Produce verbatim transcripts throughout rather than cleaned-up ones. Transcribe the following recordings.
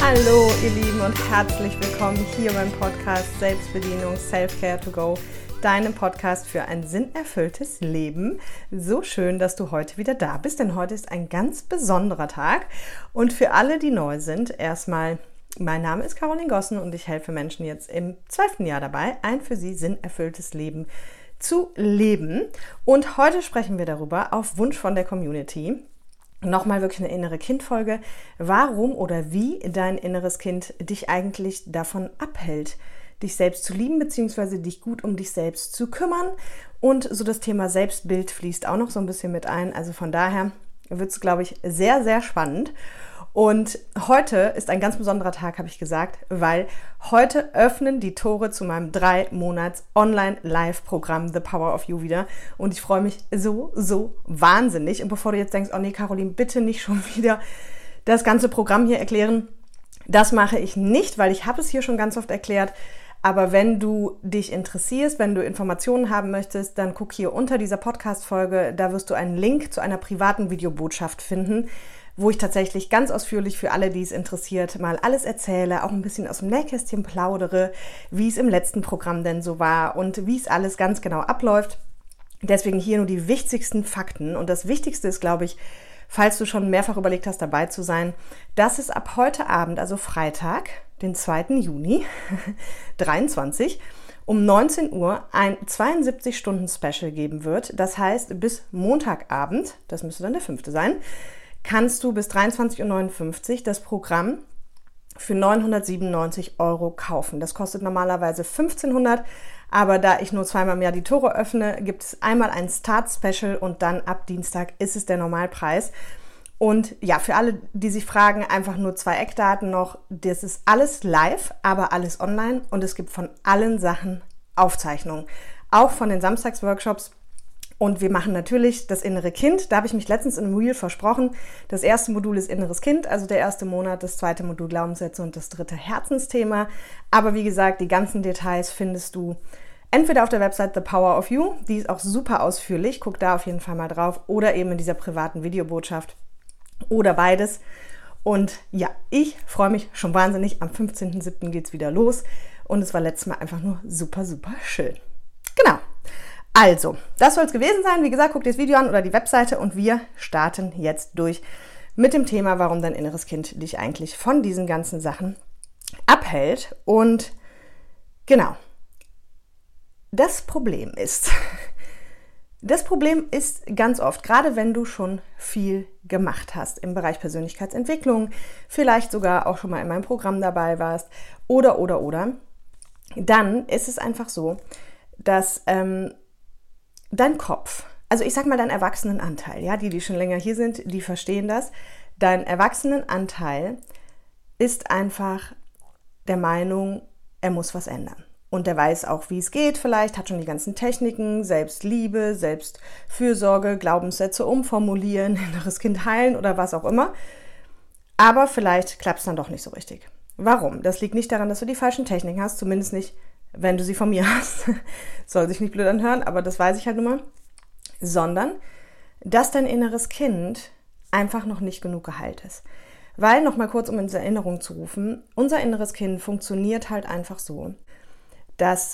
Hallo ihr Lieben und herzlich willkommen hier beim Podcast Selbstbedienung Self-Care to Go, deinem Podcast für ein sinnerfülltes Leben. So schön, dass du heute wieder da bist, denn heute ist ein ganz besonderer Tag. Und für alle, die neu sind, erstmal, mein Name ist Caroline Gossen und ich helfe Menschen jetzt im zwölften Jahr dabei, ein für sie sinnerfülltes Leben zu leben. Und heute sprechen wir darüber, auf Wunsch von der Community, nochmal wirklich eine innere Kindfolge, warum oder wie dein inneres Kind dich eigentlich davon abhält, dich selbst zu lieben bzw. dich gut um dich selbst zu kümmern. Und so das Thema Selbstbild fließt auch noch so ein bisschen mit ein. Also von daher wird es, glaube ich, sehr, sehr spannend. Und heute ist ein ganz besonderer Tag, habe ich gesagt, weil heute öffnen die Tore zu meinem drei Monats Online-Live-Programm The Power of You wieder. Und ich freue mich so, so wahnsinnig. Und bevor du jetzt denkst, oh nee, Caroline, bitte nicht schon wieder das ganze Programm hier erklären, das mache ich nicht, weil ich habe es hier schon ganz oft erklärt. Aber wenn du dich interessierst, wenn du Informationen haben möchtest, dann guck hier unter dieser Podcast-Folge. Da wirst du einen Link zu einer privaten Videobotschaft finden, wo ich tatsächlich ganz ausführlich für alle, die es interessiert, mal alles erzähle, auch ein bisschen aus dem Nähkästchen plaudere, wie es im letzten Programm denn so war und wie es alles ganz genau abläuft. Deswegen hier nur die wichtigsten Fakten. Und das Wichtigste ist, glaube ich, falls du schon mehrfach überlegt hast, dabei zu sein, dass es ab heute Abend, also Freitag, den zweiten Juni dreiundzwanzig, um neunzehn Uhr ein zweiundsiebzig Stunden Special geben wird. Das heißt, bis Montagabend, das müsste dann der fünfte sein, kannst du bis dreiundzwanzig Uhr neunundfünfzig das Programm für neunhundertsiebenundneunzig Euro kaufen. Das kostet normalerweise fünfzehnhundert, aber da ich nur zweimal im Jahr die Tore öffne, gibt es einmal ein Start-Special und dann ab Dienstag ist es der Normalpreis. Und ja, für alle, die sich fragen, einfach nur zwei Eckdaten noch. Das ist alles live, aber alles online und es gibt von allen Sachen Aufzeichnungen. Auch von den Samstagsworkshops. Und wir machen natürlich das innere Kind. Da habe ich mich letztens in einem Reel versprochen. Das erste Modul ist inneres Kind, also der erste Monat. Das zweite Modul Glaubenssätze und das dritte Herzensthema. Aber wie gesagt, die ganzen Details findest du entweder auf der Website The Power of You. Die ist auch super ausführlich. Guck da auf jeden Fall mal drauf. Oder eben in dieser privaten Videobotschaft. Oder beides. Und ja, ich freue mich schon wahnsinnig. Am fünfzehnten siebten geht es wieder los. Und es war letztes Mal einfach nur super, super schön. Genau. Also, das soll es gewesen sein. Wie gesagt, guck dir das Video an oder die Webseite und wir starten jetzt durch mit dem Thema, warum dein inneres Kind dich eigentlich von diesen ganzen Sachen abhält. Und genau, das Problem ist, das Problem ist ganz oft, gerade wenn du schon viel gemacht hast im Bereich Persönlichkeitsentwicklung, vielleicht sogar auch schon mal in meinem Programm dabei warst oder, oder, oder, dann ist es einfach so, dass ähm, dein Kopf, also ich sag mal dein Erwachsenenanteil, ja, die, die schon länger hier sind, die verstehen das. Dein Erwachsenenanteil ist einfach der Meinung, er muss was ändern. Und der weiß auch, wie es geht vielleicht, hat schon die ganzen Techniken, Selbstliebe, Selbstfürsorge, Glaubenssätze umformulieren, inneres Kind heilen oder was auch immer. Aber vielleicht klappt es dann doch nicht so richtig. Warum? Das liegt nicht daran, dass du die falschen Techniken hast, zumindest nicht, wenn du sie von mir hast. Soll sich nicht blöd anhören, aber das weiß ich halt nun mal. Sondern, dass dein inneres Kind einfach noch nicht genug geheilt ist. Weil, nochmal kurz, um ins Erinnerung zu rufen, unser inneres Kind funktioniert halt einfach so, dass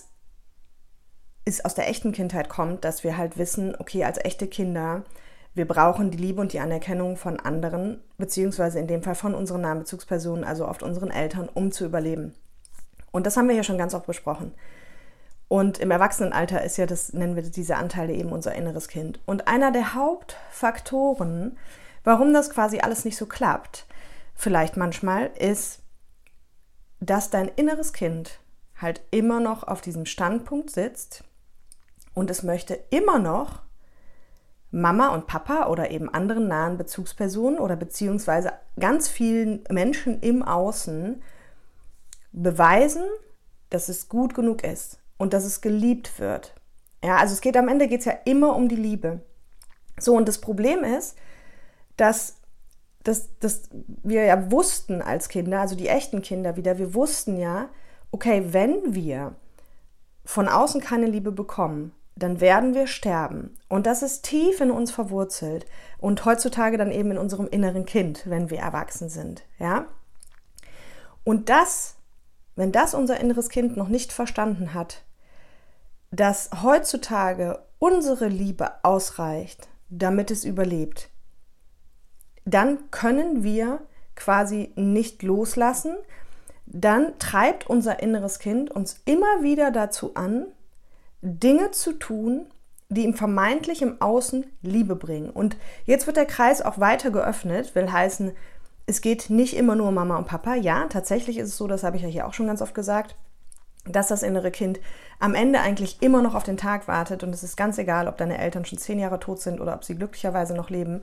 es aus der echten Kindheit kommt, dass wir halt wissen, okay, als echte Kinder, wir brauchen die Liebe und die Anerkennung von anderen, beziehungsweise in dem Fall von unseren nahen Bezugspersonen, also oft unseren Eltern, um zu überleben. Und das haben wir ja schon ganz oft besprochen. Und im Erwachsenenalter ist ja, das nennen wir diese Anteile eben unser inneres Kind. Und einer der Hauptfaktoren, warum das quasi alles nicht so klappt, vielleicht manchmal, ist, dass dein inneres Kind halt immer noch auf diesem Standpunkt sitzt und es möchte immer noch Mama und Papa oder eben anderen nahen Bezugspersonen oder beziehungsweise ganz vielen Menschen im Außen beweisen, dass es gut genug ist und dass es geliebt wird. Ja, also es geht am Ende geht es ja immer um die Liebe. So, und das Problem ist, dass, dass, dass wir ja wussten als Kinder, also die echten Kinder wieder, wir wussten ja, okay, wenn wir von außen keine Liebe bekommen, dann werden wir sterben. Und das ist tief in uns verwurzelt und heutzutage dann eben in unserem inneren Kind, wenn wir erwachsen sind. Ja? Und das, wenn das unser inneres Kind noch nicht verstanden hat, dass heutzutage unsere Liebe ausreicht, damit es überlebt, dann können wir quasi nicht loslassen. Dann treibt unser inneres Kind uns immer wieder dazu an, Dinge zu tun, die ihm vermeintlich im Außen Liebe bringen. Und jetzt wird der Kreis auch weiter geöffnet, will heißen, es geht nicht immer nur um Mama und Papa. Ja, tatsächlich ist es so, das habe ich ja hier auch schon ganz oft gesagt, dass das innere Kind am Ende eigentlich immer noch auf den Tag wartet und es ist ganz egal, ob deine Eltern schon zehn Jahre tot sind oder ob sie glücklicherweise noch leben.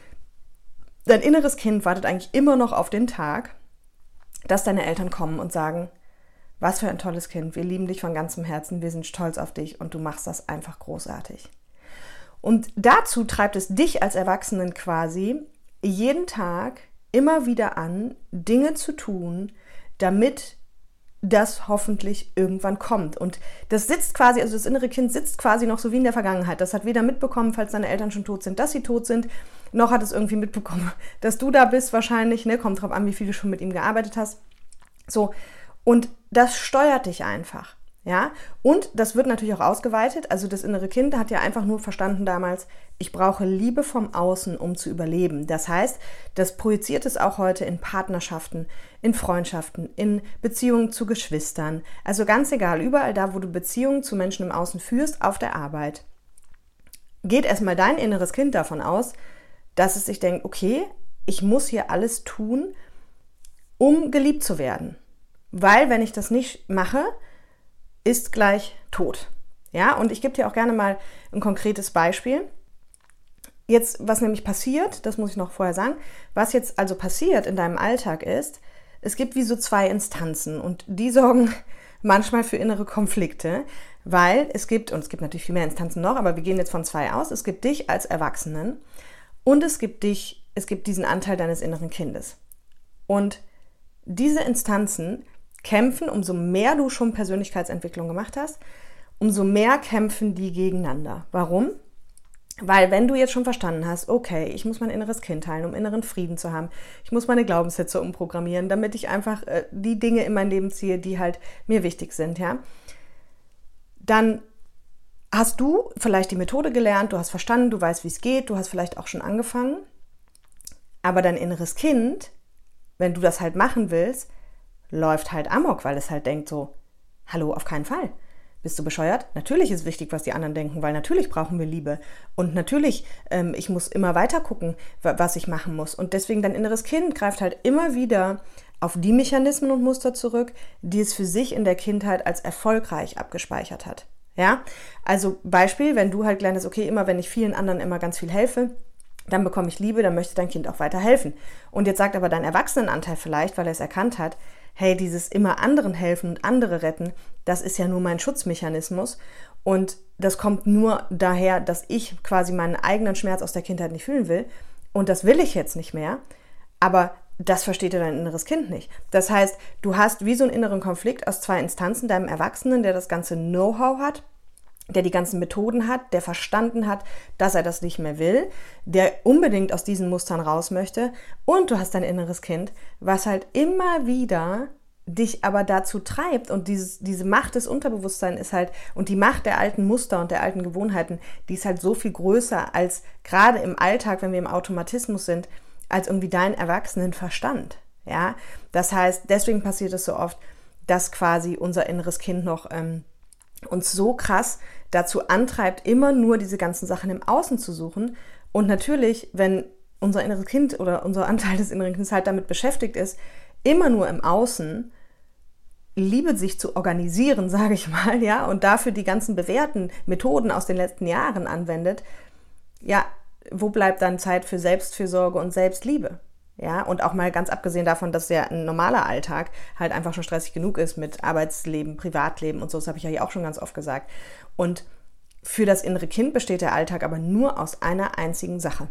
Dein inneres Kind wartet eigentlich immer noch auf den Tag, dass deine Eltern kommen und sagen, was für ein tolles Kind, wir lieben dich von ganzem Herzen, wir sind stolz auf dich und du machst das einfach großartig. Und dazu treibt es dich als Erwachsenen quasi jeden Tag immer wieder an, Dinge zu tun, damit das hoffentlich irgendwann kommt. Und das sitzt quasi, also das innere Kind sitzt quasi noch so wie in der Vergangenheit. Das hat weder mitbekommen, falls deine Eltern schon tot sind, dass sie tot sind, noch hat es irgendwie mitbekommen, dass du da bist wahrscheinlich, ne? Kommt drauf an, wie viel du schon mit ihm gearbeitet hast. So, und das steuert dich einfach, ja? Und das wird natürlich auch ausgeweitet. Also das innere Kind hat ja einfach nur verstanden damals, ich brauche Liebe vom Außen, um zu überleben. Das heißt, das projiziert es auch heute in Partnerschaften, in Freundschaften, in Beziehungen zu Geschwistern. Also ganz egal, überall da, wo du Beziehungen zu Menschen im Außen führst, auf der Arbeit, geht erstmal dein inneres Kind davon aus, dass es sich denkt, okay, ich muss hier alles tun, um geliebt zu werden. Weil, wenn ich das nicht mache, ist gleich tot. Ja, und ich gebe dir auch gerne mal ein konkretes Beispiel. Jetzt, was nämlich passiert, das muss ich noch vorher sagen, was jetzt also passiert in deinem Alltag ist, es gibt wie so zwei Instanzen und die sorgen manchmal für innere Konflikte, weil es gibt, und es gibt natürlich viel mehr Instanzen noch, aber wir gehen jetzt von zwei aus, es gibt dich als Erwachsenen und es gibt dich, es gibt diesen Anteil deines inneren Kindes. Und diese Instanzen kämpfen, umso mehr du schon Persönlichkeitsentwicklung gemacht hast, umso mehr kämpfen die gegeneinander. Warum? Weil wenn du jetzt schon verstanden hast, okay, ich muss mein inneres Kind heilen, um inneren Frieden zu haben, ich muss meine Glaubenssätze umprogrammieren, damit ich einfach äh, die Dinge in mein Leben ziehe, die halt mir wichtig sind, ja, dann hast du vielleicht die Methode gelernt, du hast verstanden, du weißt, wie es geht, du hast vielleicht auch schon angefangen, aber dein inneres Kind, wenn du das halt machen willst, läuft halt amok, weil es halt denkt so, hallo, auf keinen Fall. Bist du bescheuert? Natürlich ist wichtig, was die anderen denken, weil natürlich brauchen wir Liebe. Und natürlich, ähm, ich muss immer weiter gucken, was ich machen muss. Und deswegen dein inneres Kind greift halt immer wieder auf die Mechanismen und Muster zurück, die es für sich in der Kindheit als erfolgreich abgespeichert hat. Ja? Also Beispiel, wenn du halt gelernt hast, okay, immer wenn ich vielen anderen immer ganz viel helfe, dann bekomme ich Liebe, dann möchte dein Kind auch weiter helfen. Und jetzt sagt aber dein Erwachsenenanteil vielleicht, weil er es erkannt hat, hey, dieses immer anderen helfen und andere retten, das ist ja nur mein Schutzmechanismus und das kommt nur daher, dass ich quasi meinen eigenen Schmerz aus der Kindheit nicht fühlen will und das will ich jetzt nicht mehr, aber das versteht ja dein inneres Kind nicht. Das heißt, du hast wie so einen inneren Konflikt aus zwei Instanzen, deinem Erwachsenen, der das ganze Know-how hat, der die ganzen Methoden hat, der verstanden hat, dass er das nicht mehr will, der unbedingt aus diesen Mustern raus möchte und du hast dein inneres Kind, was halt immer wieder dich aber dazu treibt und dieses, diese Macht des Unterbewusstseins ist halt und die Macht der alten Muster und der alten Gewohnheiten, die ist halt so viel größer als gerade im Alltag, wenn wir im Automatismus sind, als irgendwie dein Erwachsenenverstand. Ja? Das heißt, deswegen passiert es so oft, dass quasi unser inneres Kind noch ähm, uns so krass dazu antreibt, immer nur diese ganzen Sachen im Außen zu suchen. Und natürlich, wenn unser inneres Kind oder unser Anteil des inneren Kindes halt damit beschäftigt ist, immer nur im Außen Liebe sich zu organisieren, sage ich mal, ja, und dafür die ganzen bewährten Methoden aus den letzten Jahren anwendet, ja, wo bleibt dann Zeit für Selbstfürsorge und Selbstliebe? Ja, und auch mal ganz abgesehen davon, dass ja ein normaler Alltag halt einfach schon stressig genug ist mit Arbeitsleben, Privatleben und so, das habe ich ja hier auch schon ganz oft gesagt. Und für das innere Kind besteht der Alltag aber nur aus einer einzigen Sache.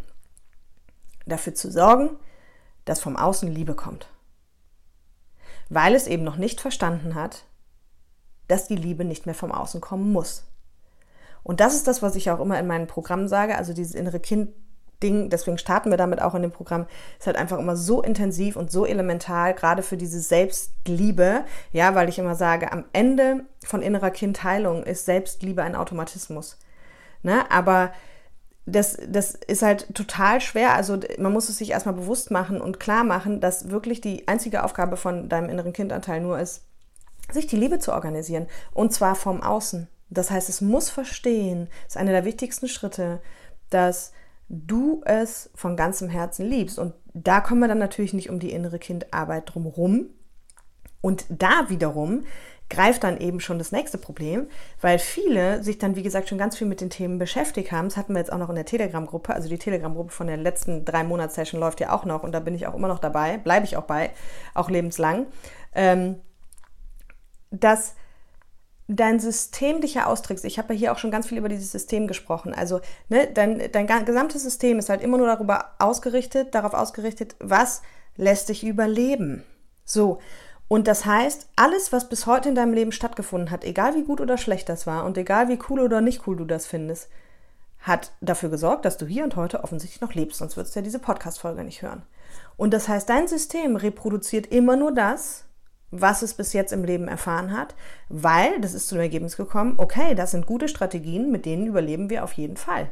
Dafür zu sorgen, dass vom Außen Liebe kommt. Weil es eben noch nicht verstanden hat, dass die Liebe nicht mehr vom Außen kommen muss. Und das ist das, was ich auch immer in meinen Programmen sage, also dieses innere Kind Ding, deswegen starten wir damit auch in dem Programm, ist halt einfach immer so intensiv und so elementar, gerade für diese Selbstliebe, ja, weil ich immer sage, am Ende von innerer Kindheilung ist Selbstliebe ein Automatismus, ne, aber das, das ist halt total schwer, also man muss es sich erstmal bewusst machen und klar machen, dass wirklich die einzige Aufgabe von deinem inneren Kindanteil nur ist, sich die Liebe zu organisieren und zwar vom Außen. Das heißt, es muss verstehen, das ist einer der wichtigsten Schritte, dass du es von ganzem Herzen liebst. Und da kommen wir dann natürlich nicht um die innere Kindarbeit drumherum. Und da wiederum greift dann eben schon das nächste Problem, weil viele sich dann, wie gesagt, schon ganz viel mit den Themen beschäftigt haben. Das hatten wir jetzt auch noch in der Telegram-Gruppe. Also die Telegram-Gruppe von der letzten drei Monats-Session läuft ja auch noch und da bin ich auch immer noch dabei, bleibe ich auch bei, auch lebenslang. Ähm, dass dein System dich ja austrickst. Ich habe ja hier auch schon ganz viel über dieses System gesprochen. Also ne, dein, dein gesamtes System ist halt immer nur darüber ausgerichtet, darauf ausgerichtet, was lässt dich überleben. So, und das heißt, alles, was bis heute in deinem Leben stattgefunden hat, egal wie gut oder schlecht das war und egal wie cool oder nicht cool du das findest, hat dafür gesorgt, dass du hier und heute offensichtlich noch lebst, sonst würdest du ja diese Podcast-Folge nicht hören. Und das heißt, dein System reproduziert immer nur das, was es bis jetzt im Leben erfahren hat, weil, das ist zu dem Ergebnis gekommen, okay, das sind gute Strategien, mit denen überleben wir auf jeden Fall.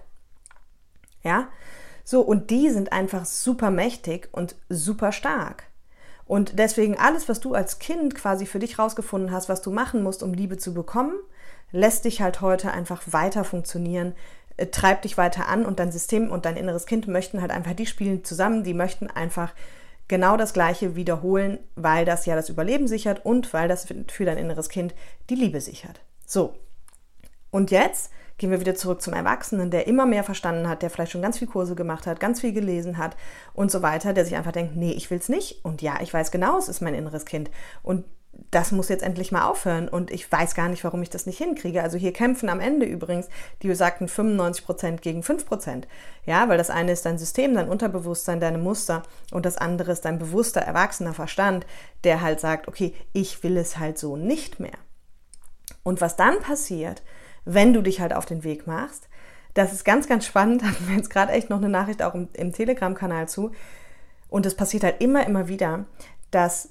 Ja, so, und die sind einfach super mächtig und super stark. Und deswegen alles, was du als Kind quasi für dich rausgefunden hast, was du machen musst, um Liebe zu bekommen, lässt dich halt heute einfach weiter funktionieren, äh, treibt dich weiter an und dein System und dein inneres Kind möchten halt einfach, die spielen zusammen, die möchten einfach genau das Gleiche wiederholen, weil das ja das Überleben sichert und weil das für dein inneres Kind die Liebe sichert. So, und jetzt gehen wir wieder zurück zum Erwachsenen, der immer mehr verstanden hat, der vielleicht schon ganz viel Kurse gemacht hat, ganz viel gelesen hat und so weiter, der sich einfach denkt, nee, ich will's nicht und ja, ich weiß genau, es ist mein inneres Kind und das muss jetzt endlich mal aufhören und ich weiß gar nicht, warum ich das nicht hinkriege. Also hier kämpfen am Ende übrigens die besagten fünfundneunzig Prozent gegen fünf Prozent. Ja, weil das eine ist dein System, dein Unterbewusstsein, deine Muster und das andere ist dein bewusster, erwachsener Verstand, der halt sagt, okay, ich will es halt so nicht mehr. Und was dann passiert, wenn du dich halt auf den Weg machst, das ist ganz, ganz spannend, hatten wir jetzt gerade echt noch eine Nachricht auch im, im Telegram-Kanal zu und das passiert halt immer, immer wieder, dass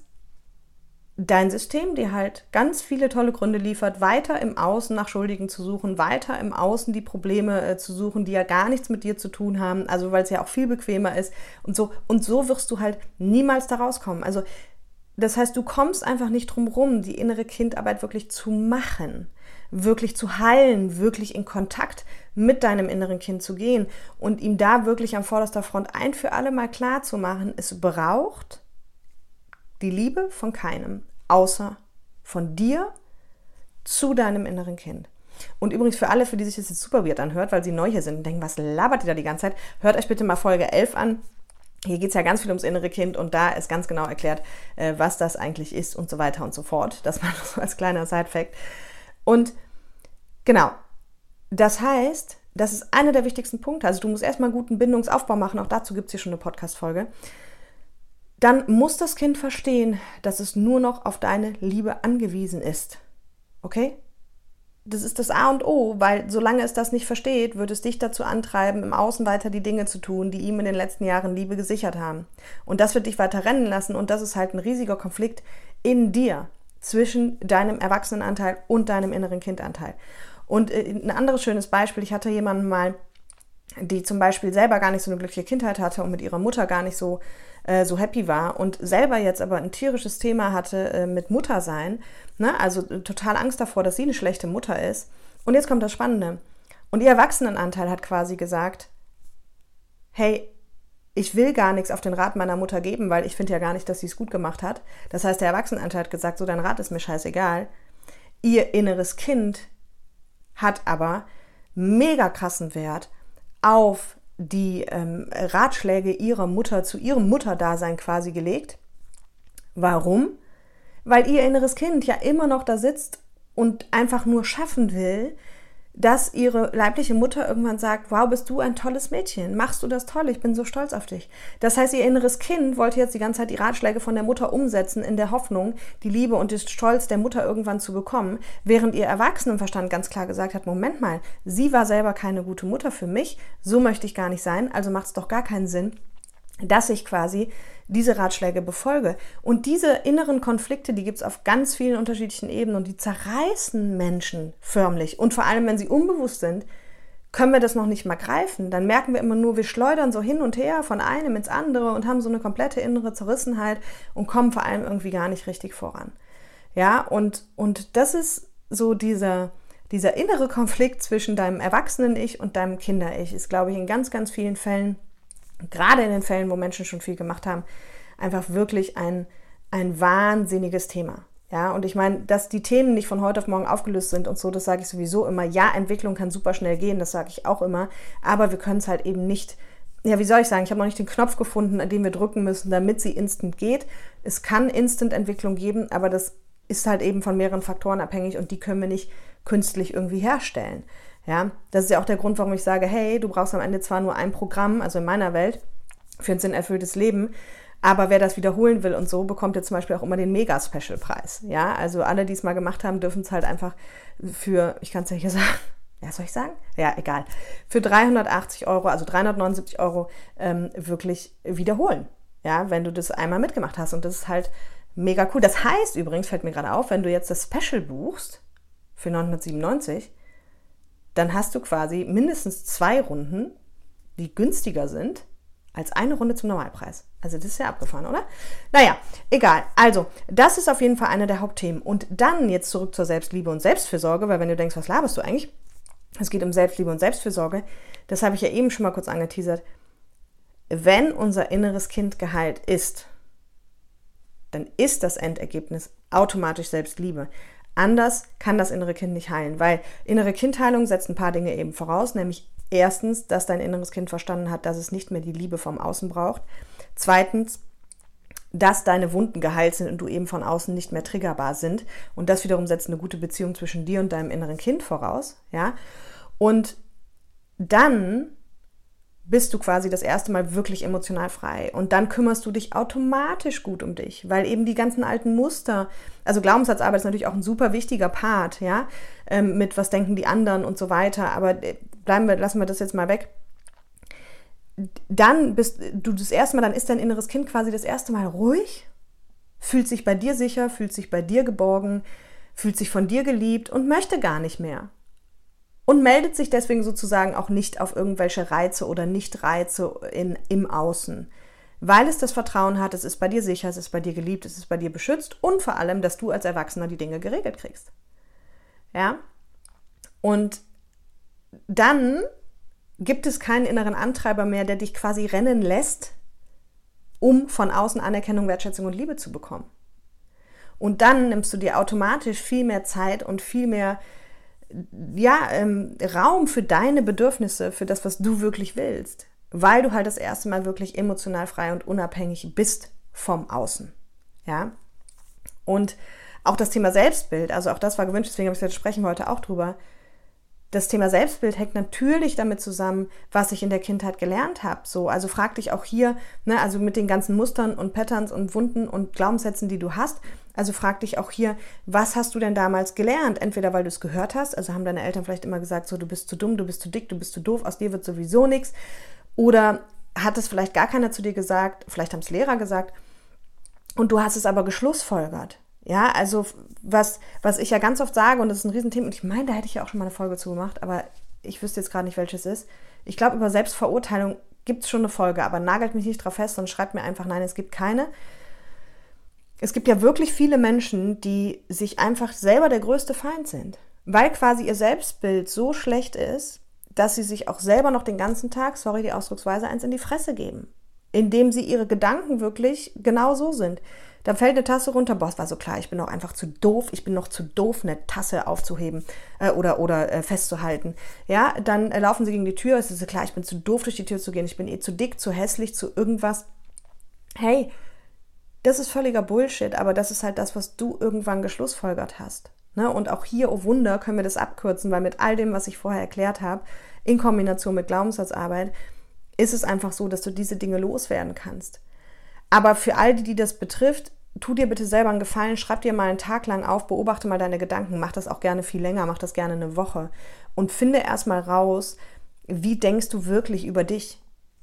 dein System dir halt ganz viele tolle Gründe liefert, weiter im Außen nach Schuldigen zu suchen, weiter im Außen die Probleme äh, zu suchen, die ja gar nichts mit dir zu tun haben, also weil es ja auch viel bequemer ist und so. Und so wirst du halt niemals da rauskommen. Also das heißt, du kommst einfach nicht drum rum, die innere Kindarbeit wirklich zu machen, wirklich zu heilen, wirklich in Kontakt mit deinem inneren Kind zu gehen und ihm da wirklich an vorderster Front ein für alle Mal klar zu machen, es braucht die Liebe von keinem, außer von dir zu deinem inneren Kind. Und übrigens für alle, für die sich das jetzt super weird anhört, weil sie neu hier sind und denken, was labert ihr da die ganze Zeit, hört euch bitte mal Folge elf an. Hier geht es ja ganz viel ums innere Kind und da ist ganz genau erklärt, was das eigentlich ist und so weiter und so fort. Das war so als kleiner Side-Fact. Und genau, das heißt, das ist einer der wichtigsten Punkte. Also du musst erstmal einen guten Bindungsaufbau machen, auch dazu gibt es hier schon eine Podcast-Folge. Dann muss das Kind verstehen, dass es nur noch auf deine Liebe angewiesen ist. Okay? Das ist das A und O, weil solange es das nicht versteht, wird es dich dazu antreiben, im Außen weiter die Dinge zu tun, die ihm in den letzten Jahren Liebe gesichert haben. Und das wird dich weiter rennen lassen und das ist halt ein riesiger Konflikt in dir zwischen deinem Erwachsenenanteil und deinem inneren Kindanteil. Und ein anderes schönes Beispiel, ich hatte jemanden mal, die zum Beispiel selber gar nicht so eine glückliche Kindheit hatte und mit ihrer Mutter gar nicht so so happy war und selber jetzt aber ein tierisches Thema hatte äh, mit Muttersein, ne? Also total Angst davor, dass sie eine schlechte Mutter ist. Und jetzt kommt das Spannende. Und ihr Erwachsenenanteil hat quasi gesagt, hey, ich will gar nichts auf den Rat meiner Mutter geben, weil ich finde ja gar nicht, dass sie es gut gemacht hat. Das heißt, der Erwachsenenanteil hat gesagt, so dein Rat ist mir scheißegal. Ihr inneres Kind hat aber mega krassen Wert auf die ähm, Ratschläge ihrer Mutter zu ihrem Mutterdasein quasi gelegt. Warum? Weil ihr inneres Kind ja immer noch da sitzt und einfach nur schaffen will, dass ihre leibliche Mutter irgendwann sagt, wow, bist du ein tolles Mädchen, machst du das toll, ich bin so stolz auf dich. Das heißt, ihr inneres Kind wollte jetzt die ganze Zeit die Ratschläge von der Mutter umsetzen, in der Hoffnung, die Liebe und den Stolz der Mutter irgendwann zu bekommen, während ihr Erwachsenenverstand ganz klar gesagt hat, Moment mal, sie war selber keine gute Mutter für mich, so möchte ich gar nicht sein, also macht es doch gar keinen Sinn, dass ich quasi diese Ratschläge befolge. Und diese inneren Konflikte, die gibt es auf ganz vielen unterschiedlichen Ebenen und die zerreißen Menschen förmlich. Und vor allem, wenn sie unbewusst sind, können wir das noch nicht mal greifen. Dann merken wir immer nur, wir schleudern so hin und her von einem ins andere und haben so eine komplette innere Zerrissenheit und kommen vor allem irgendwie gar nicht richtig voran. Ja, und, und das ist so dieser, dieser innere Konflikt zwischen deinem Erwachsenen-Ich und deinem Kinder-Ich, ist, glaube ich, in ganz, ganz vielen Fällen, gerade in den Fällen, wo Menschen schon viel gemacht haben, einfach wirklich ein, ein wahnsinniges Thema. Ja, und ich meine, dass die Themen nicht von heute auf morgen aufgelöst sind und so, das sage ich sowieso immer. Ja, Entwicklung kann super schnell gehen, das sage ich auch immer, aber wir können es halt eben nicht, ja, wie soll ich sagen, ich habe noch nicht den Knopf gefunden, an dem wir drücken müssen, damit sie instant geht. Es kann Instant-Entwicklung geben, aber das ist halt eben von mehreren Faktoren abhängig und die können wir nicht künstlich irgendwie herstellen. Ja, das ist ja auch der Grund, warum ich sage, hey, du brauchst am Ende zwar nur ein Programm, also in meiner Welt, für ein sinnerfülltes Leben, aber wer das wiederholen will und so, bekommt jetzt zum Beispiel auch immer den Mega-Special-Preis. Ja, also alle, die es mal gemacht haben, dürfen es halt einfach für, ich kann es ja hier sagen, ja, soll ich sagen? Ja, egal, für dreihundertachtzig Euro, also dreihundertneunundsiebzig Euro ähm, wirklich wiederholen. Ja, wenn du das einmal mitgemacht hast und das ist halt mega cool. Das heißt übrigens, fällt mir gerade auf, wenn du jetzt das Special buchst für neunhundertsiebenundneunzig, dann hast du quasi mindestens zwei Runden, die günstiger sind, als eine Runde zum Normalpreis. Also das ist ja abgefahren, oder? Naja, egal. Also, das ist auf jeden Fall einer der Hauptthemen. Und dann jetzt zurück zur Selbstliebe und Selbstfürsorge, weil wenn du denkst, was laberst du eigentlich? Es geht um Selbstliebe und Selbstfürsorge. Das habe ich ja eben schon mal kurz angeteasert. Wenn unser inneres Kind geheilt ist, dann ist das Endergebnis automatisch Selbstliebe. Anders kann das innere Kind nicht heilen, weil innere Kindheilung setzt ein paar Dinge eben voraus, nämlich erstens, dass dein inneres Kind verstanden hat, dass es nicht mehr die Liebe vom Außen braucht. Zweitens, dass deine Wunden geheilt sind und du eben von außen nicht mehr triggerbar sind. Und das wiederum setzt eine gute Beziehung zwischen dir und deinem inneren Kind voraus. Ja? Und dann bist du quasi das erste Mal wirklich emotional frei. Und dann kümmerst du dich automatisch gut um dich, weil eben die ganzen alten Muster, also Glaubenssatzarbeit ist natürlich auch ein super wichtiger Part, ja, ähm, mit was denken die anderen und so weiter, aber bleiben wir, lassen wir das jetzt mal weg. Dann bist du das erste Mal, dann ist dein inneres Kind quasi das erste Mal ruhig, fühlt sich bei dir sicher, fühlt sich bei dir geborgen, fühlt sich von dir geliebt und möchte gar nicht mehr. Und meldet sich deswegen sozusagen auch nicht auf irgendwelche Reize oder Nicht-Reize in, im Außen. Weil es das Vertrauen hat, es ist bei dir sicher, es ist bei dir geliebt, es ist bei dir beschützt und vor allem, dass du als Erwachsener die Dinge geregelt kriegst. Ja? Und dann gibt es keinen inneren Antreiber mehr, der dich quasi rennen lässt, um von außen Anerkennung, Wertschätzung und Liebe zu bekommen. Und dann nimmst du dir automatisch viel mehr Zeit und viel mehr ja, ähm, Raum für deine Bedürfnisse, für das, was du wirklich willst, weil du halt das erste Mal wirklich emotional frei und unabhängig bist vom Außen. Ja? Und auch das Thema Selbstbild, also auch das war gewünscht, deswegen habe ich gesagt, sprechen wir heute auch drüber. Das Thema Selbstbild hängt natürlich damit zusammen, was ich in der Kindheit gelernt habe. So, also frag dich auch hier, ne, also mit den ganzen Mustern und Patterns und Wunden und Glaubenssätzen, die du hast, also frag dich auch hier, was hast du denn damals gelernt? Entweder weil du es gehört hast, also haben deine Eltern vielleicht immer gesagt, so du bist zu dumm, du bist zu dick, du bist zu doof, aus dir wird sowieso nichts. Oder hat es vielleicht gar keiner zu dir gesagt, vielleicht haben es Lehrer gesagt und du hast es aber geschlussfolgert. Ja, also was, was ich ja ganz oft sage, und das ist ein Riesenthema, und ich meine, da hätte ich ja auch schon mal eine Folge zu gemacht, aber ich wüsste jetzt gerade nicht, welches ist. Ich glaube, über Selbstverurteilung gibt es schon eine Folge, aber nagelt mich nicht drauf fest und schreibt mir einfach, nein, es gibt keine. Es gibt ja wirklich viele Menschen, die sich einfach selber der größte Feind sind, weil quasi ihr Selbstbild so schlecht ist, dass sie sich auch selber noch den ganzen Tag, sorry die Ausdrucksweise, eins in die Fresse geben, indem sie ihre Gedanken wirklich genau so sind. Da fällt eine Tasse runter, boah, es war so klar, ich bin doch einfach zu doof, ich bin noch zu doof, eine Tasse aufzuheben äh, oder, oder äh, festzuhalten. Ja, dann äh, laufen sie gegen die Tür, es ist so klar, ich bin zu doof, durch die Tür zu gehen, ich bin eh zu dick, zu hässlich, zu irgendwas. Hey, das ist völliger Bullshit, aber das ist halt das, was du irgendwann geschlussfolgert hast. Ne? Und auch hier, oh Wunder, können wir das abkürzen, weil mit all dem, was ich vorher erklärt habe, in Kombination mit Glaubenssatzarbeit, ist es einfach so, dass du diese Dinge loswerden kannst. Aber für all die, die das betrifft, tu dir bitte selber einen Gefallen, schreib dir mal einen Tag lang auf, beobachte mal deine Gedanken, mach das auch gerne viel länger, mach das gerne eine Woche und finde erstmal raus, wie denkst du wirklich über dich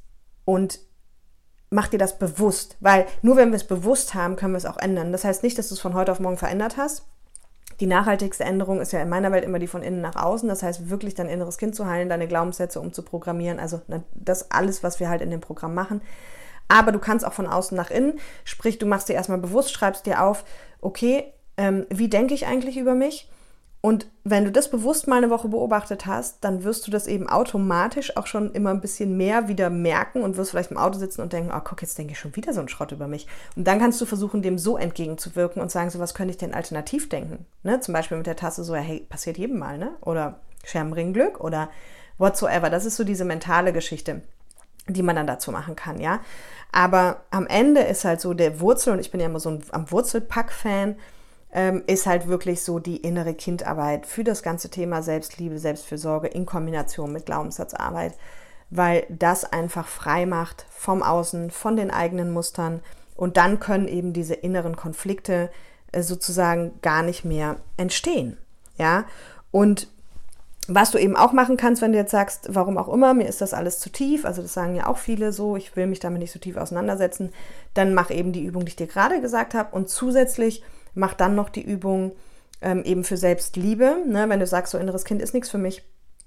und mach dir das bewusst, weil nur wenn wir es bewusst haben, können wir es auch ändern. Das heißt nicht, dass du es von heute auf morgen verändert hast. Die nachhaltigste Änderung ist ja in meiner Welt immer die von innen nach außen, das heißt wirklich dein inneres Kind zu heilen, deine Glaubenssätze umzuprogrammieren, also das alles, was wir halt in dem Programm machen. Aber du kannst auch von außen nach innen, sprich, du machst dir erstmal bewusst, schreibst dir auf, okay, ähm, wie denke ich eigentlich über mich? Und wenn du das bewusst mal eine Woche beobachtet hast, dann wirst du das eben automatisch auch schon immer ein bisschen mehr wieder merken und wirst vielleicht im Auto sitzen und denken, oh guck, jetzt denke ich schon wieder so einen Schrott über mich. Und dann kannst du versuchen, dem so entgegenzuwirken und sagen, so was könnte ich denn alternativ denken? Ne? Zum Beispiel mit der Tasse so, hey, passiert jedem mal, ne? Oder Scherbenringglück oder whatsoever. Das ist so diese mentale Geschichte, die man dann dazu machen kann, ja. Aber am Ende ist halt so der Wurzel, und ich bin ja immer so ein am Wurzelpack-Fan, ähm, ist halt wirklich so die innere Kindarbeit für das ganze Thema Selbstliebe, Selbstfürsorge in Kombination mit Glaubenssatzarbeit, weil das einfach frei macht vom Außen, von den eigenen Mustern und dann können eben diese inneren Konflikte äh, sozusagen gar nicht mehr entstehen, ja. Und was du eben auch machen kannst, wenn du jetzt sagst, warum auch immer, mir ist das alles zu tief, also das sagen ja auch viele so, ich will mich damit nicht so tief auseinandersetzen, dann mach eben die Übung, die ich dir gerade gesagt habe und zusätzlich mach dann noch die Übung ähm, eben für Selbstliebe, ne? Wenn du sagst, so inneres Kind ist nichts für mich,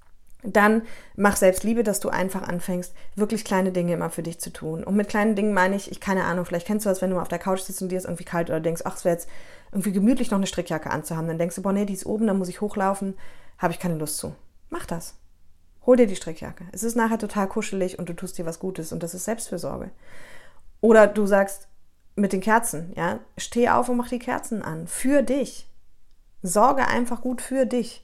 dann mach Selbstliebe, dass du einfach anfängst, wirklich kleine Dinge immer für dich zu tun. Und mit kleinen Dingen meine ich, ich keine Ahnung, vielleicht kennst du das, wenn du mal auf der Couch sitzt und dir ist irgendwie kalt oder denkst, ach, es wäre jetzt irgendwie gemütlich, noch eine Strickjacke anzuhaben, dann denkst du, boah, nee, die ist oben, dann muss ich hochlaufen, habe ich keine Lust zu. Mach das. Hol dir die Strickjacke. Es ist nachher total kuschelig und du tust dir was Gutes und das ist Selbstfürsorge. Oder du sagst mit den Kerzen, ja, steh auf und mach die Kerzen an. Für dich. Sorge einfach gut für dich.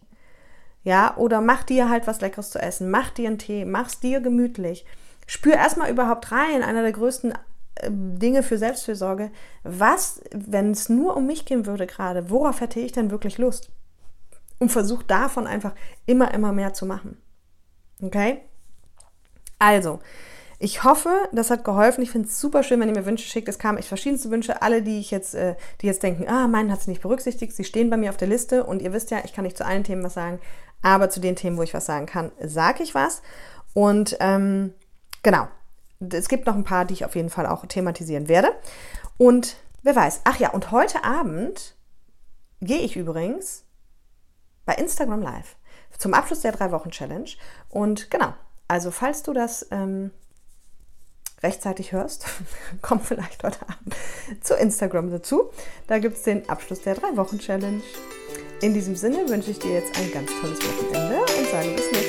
Ja, oder mach dir halt was Leckeres zu essen. Mach dir einen Tee. Mach's dir gemütlich. Spür erstmal überhaupt rein. Einer der größten äh, Dinge für Selbstfürsorge. Was, wenn es nur um mich gehen würde gerade, worauf hätte ich denn wirklich Lust? Und versuch davon einfach immer, immer mehr zu machen. Okay? Also, ich hoffe, das hat geholfen. Ich finde es super schön, wenn ihr mir Wünsche schickt. Es kamen echt verschiedenste Wünsche. Alle, die ich jetzt, äh, die jetzt denken, ah, meinen hat es nicht berücksichtigt, sie stehen bei mir auf der Liste. Und ihr wisst ja, ich kann nicht zu allen Themen was sagen, aber zu den Themen, wo ich was sagen kann, sage ich was. Und ähm, genau, es gibt noch ein paar, die ich auf jeden Fall auch thematisieren werde. Und wer weiß, ach ja, und heute Abend gehe ich übrigens bei Instagram Live zum Abschluss der Drei-Wochen-Challenge. Und genau, also falls du das ähm, rechtzeitig hörst, komm vielleicht heute Abend zu Instagram dazu. Da gibt es den Abschluss der Drei-Wochen-Challenge. In diesem Sinne wünsche ich dir jetzt ein ganz tolles Wochenende und sage bis nächstes Mal.